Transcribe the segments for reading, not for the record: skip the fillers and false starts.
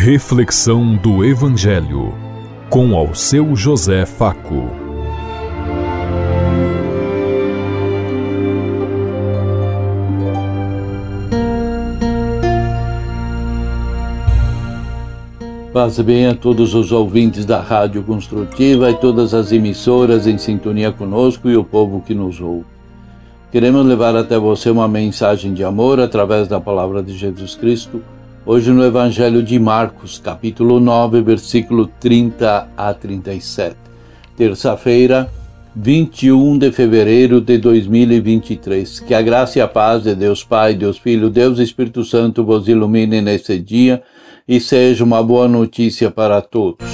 Reflexão do Evangelho, com Alceu José Faco. Paz e bem a todos os ouvintes da Rádio Construtiva e todas as emissoras em sintonia conosco e o povo que nos ouve. Queremos levar até você uma mensagem de amor através da palavra de Jesus Cristo, hoje no Evangelho de Marcos, capítulo 9, versículo 30 a 37. Terça-feira, 21 de fevereiro de 2023. Que a graça e a paz de Deus Pai, Deus Filho, Deus Espírito Santo vos ilumine nesse dia e seja uma boa notícia para todos.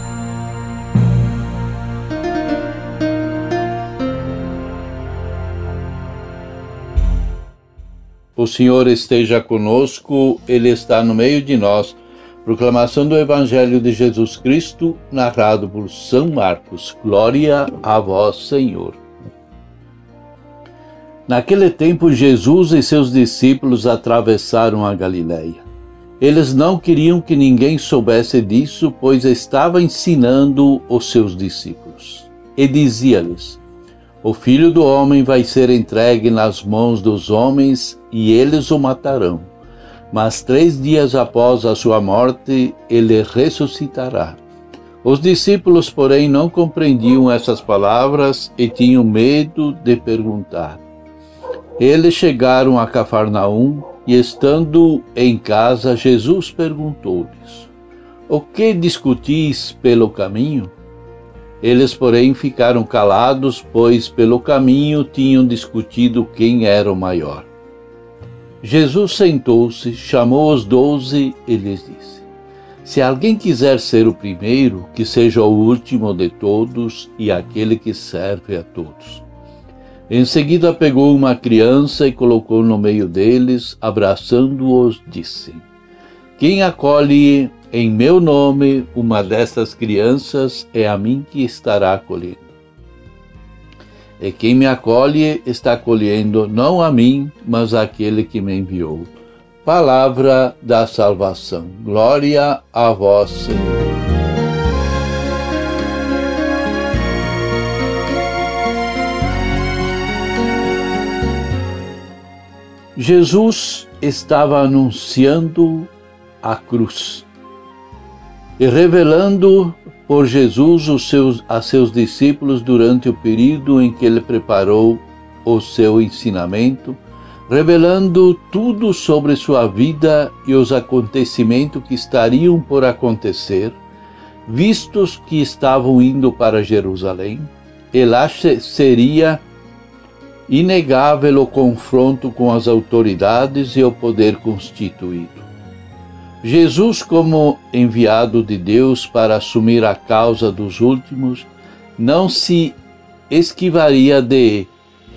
O Senhor esteja conosco, Ele está no meio de nós. Proclamação do Evangelho de Jesus Cristo, narrado por São Marcos. Glória a vós, Senhor. Naquele tempo, Jesus e seus discípulos atravessaram a Galileia. Eles não queriam que ninguém soubesse disso, pois estava ensinando os seus discípulos. E dizia-lhes: o Filho do Homem vai ser entregue nas mãos dos homens e eles o matarão. Mas 3 dias após a sua morte, ele ressuscitará. Os discípulos, porém, não compreendiam essas palavras e tinham medo de perguntar. Eles chegaram a Cafarnaum e, estando em casa, Jesus perguntou-lhes: o que discutis pelo caminho? Eles, porém, ficaram calados, pois pelo caminho tinham discutido quem era o maior. Jesus sentou-se, chamou os 12 e lhes disse: se alguém quiser ser o primeiro, que seja o último de todos e aquele que serve a todos. Em seguida pegou uma criança e colocou no meio deles, abraçando-os, disse: quem acolhe em meu nome uma dessas crianças é a mim que estará acolhendo. E quem me acolhe está acolhendo não a mim, mas àquele que me enviou. Palavra da salvação. Glória a vós, Senhor. Jesus estava anunciando a cruz e revelando por Jesus a seus discípulos durante o período em que ele preparou o seu ensinamento, revelando tudo sobre sua vida e os acontecimentos que estariam por acontecer, vistos que estavam indo para Jerusalém, e lá seria inegável o confronto com as autoridades e o poder constituído. Jesus, como enviado de Deus para assumir a causa dos últimos, não se esquivaria de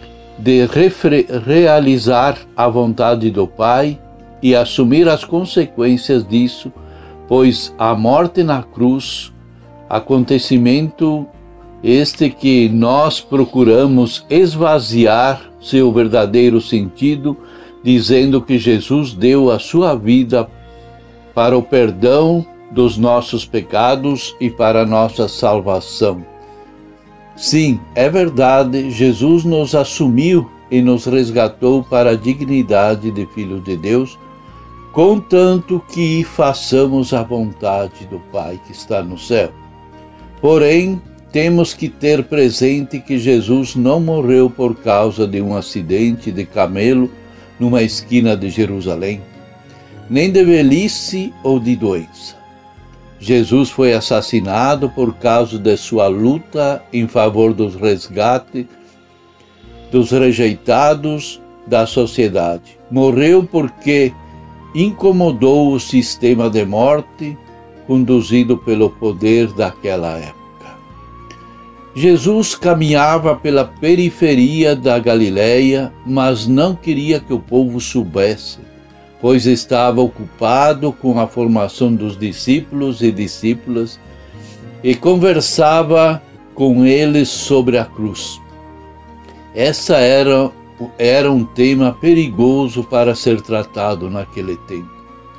realizar a vontade do Pai e assumir as consequências disso, pois a morte na cruz, acontecimento este que nós procuramos esvaziar seu verdadeiro sentido, dizendo que Jesus deu a sua vida para o perdão dos nossos pecados e para a nossa salvação. Sim, é verdade, Jesus nos assumiu e nos resgatou para a dignidade de filhos de Deus, contanto que façamos a vontade do Pai que está no céu. Porém, temos que ter presente que Jesus não morreu por causa de um acidente de camelo numa esquina de Jerusalém, nem de velhice ou de doença. Jesus foi assassinado por causa de sua luta em favor dos resgates, dos rejeitados da sociedade. Morreu porque incomodou o sistema de morte conduzido pelo poder daquela época. Jesus caminhava pela periferia da Galileia, mas não queria que o povo soubesse, pois estava ocupado com a formação dos discípulos e discípulas e conversava com eles sobre a cruz. Essa era um tema perigoso para ser tratado naquele tempo.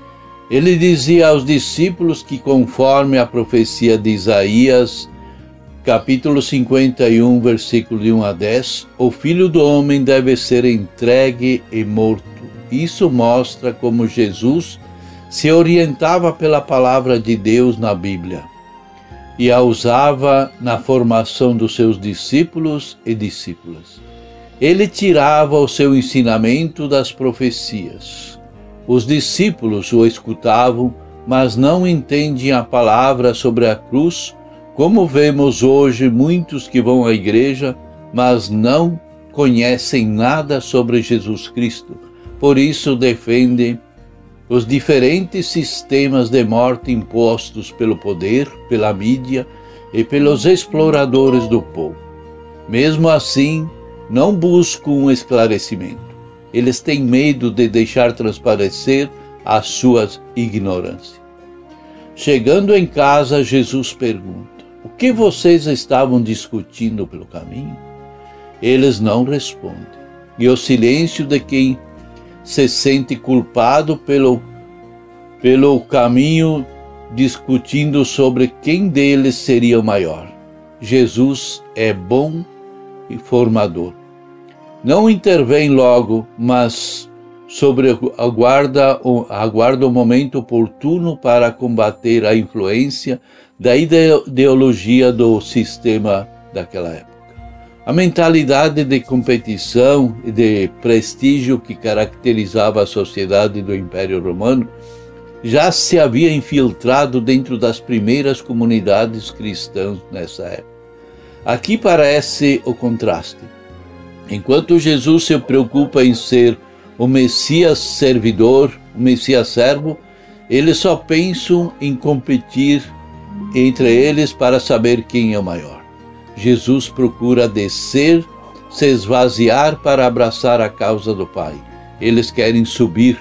Ele dizia aos discípulos que, conforme a profecia de Isaías, capítulo 51, versículo de 1 a 10, o Filho do Homem deve ser entregue e morto. Isso mostra como Jesus se orientava pela palavra de Deus na Bíblia e a usava na formação dos seus discípulos e discípulas. Ele tirava o seu ensinamento das profecias. Os discípulos o escutavam, mas não entendiam a palavra sobre a cruz, como vemos hoje muitos que vão à igreja, mas não conhecem nada sobre Jesus Cristo. Por isso defendem os diferentes sistemas de morte impostos pelo poder, pela mídia e pelos exploradores do povo. Mesmo assim, não buscam um esclarecimento. Eles têm medo de deixar transparecer a sua ignorância. Chegando em casa, Jesus pergunta: o que vocês estavam discutindo pelo caminho? Eles não respondem. E o silêncio de quem se sente culpado pelo caminho, discutindo sobre quem deles seria o maior. Jesus é bom e formador. Não intervém logo, mas aguarda o momento oportuno para combater a influência da ideologia do sistema daquela época. A mentalidade de competição e de prestígio que caracterizava a sociedade do Império Romano já se havia infiltrado dentro das primeiras comunidades cristãs nessa época. Aqui parece o contraste. Enquanto Jesus se preocupa em ser o Messias servidor, o Messias servo, eles só pensam em competir entre eles para saber quem é o maior. Jesus procura descer, se esvaziar para abraçar a causa do Pai. Eles querem subir,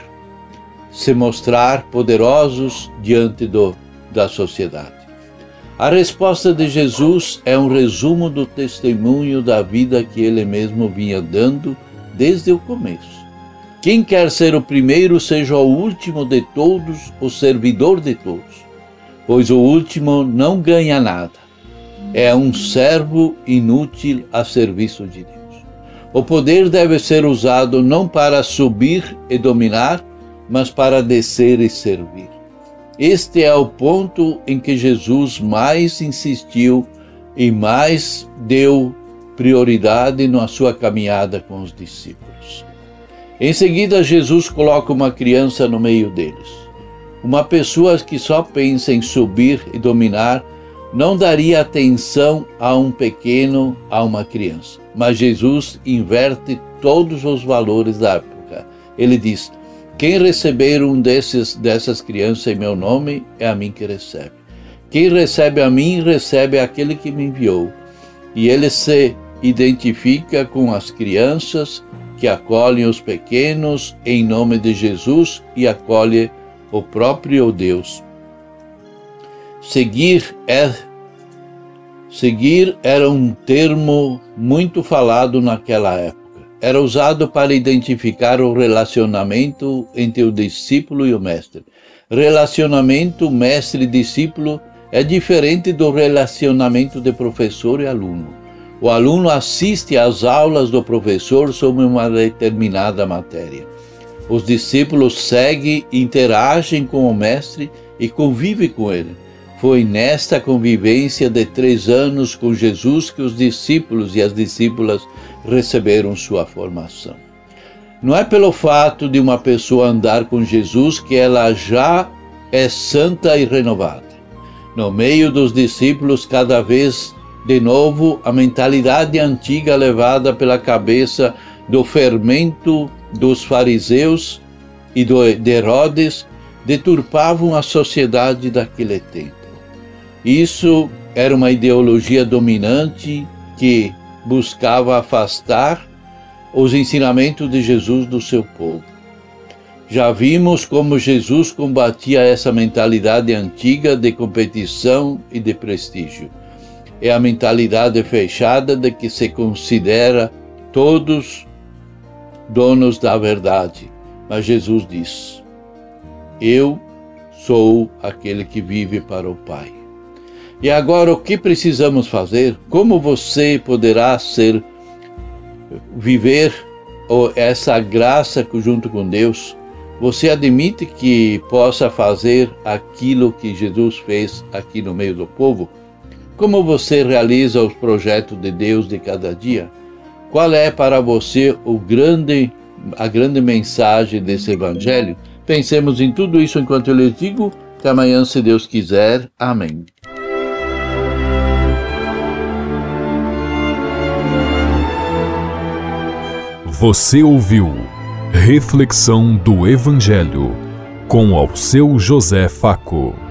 se mostrar poderosos diante da sociedade. A resposta de Jesus é um resumo do testemunho da vida que ele mesmo vinha dando desde o começo. Quem quer ser o primeiro, seja o último de todos, o servidor de todos, pois o último não ganha nada. É um servo inútil a serviço de Deus. O poder deve ser usado não para subir e dominar, mas para descer e servir. Este é o ponto em que Jesus mais insistiu e mais deu prioridade na sua caminhada com os discípulos. Em seguida, Jesus coloca uma criança no meio deles. Uma pessoa que só pensa em subir e dominar não daria atenção a um pequeno, a uma criança. Mas Jesus inverte todos os valores da época. Ele diz: quem receber um dessas crianças em meu nome, é a mim que recebe. Quem recebe a mim, recebe aquele que me enviou. E ele se identifica com as crianças que acolhem os pequenos em nome de Jesus e acolhe o próprio Deus. Seguir era um termo muito falado naquela época. Era usado para identificar o relacionamento entre o discípulo e o mestre. Relacionamento mestre-discípulo é diferente do relacionamento de professor e aluno. O aluno assiste às aulas do professor sobre uma determinada matéria. Os discípulos seguem, interagem com o mestre e convivem com ele. Foi nesta convivência de 3 anos com Jesus que os discípulos e as discípulas receberam sua formação. Não é pelo fato de uma pessoa andar com Jesus que ela já é santa e renovada. No meio dos discípulos, cada vez de novo, a mentalidade antiga levada pela cabeça do fermento dos fariseus e de Herodes deturpavam a sociedade daquele tempo. Isso era uma ideologia dominante que buscava afastar os ensinamentos de Jesus do seu povo. Já vimos como Jesus combatia essa mentalidade antiga de competição e de prestígio. É a mentalidade fechada de que se considera todos donos da verdade. Mas Jesus diz: eu sou aquele que vive para o Pai. E agora, o que precisamos fazer? Como você poderá viver essa graça junto com Deus? Você admite que possa fazer aquilo que Jesus fez aqui no meio do povo? Como você realiza os projetos de Deus de cada dia? Qual é para você a grande mensagem desse Evangelho? Pensemos em tudo isso enquanto eu lhes digo. Até amanhã, se Deus quiser. Amém. Você ouviu Reflexão do Evangelho com ao seu José Faco.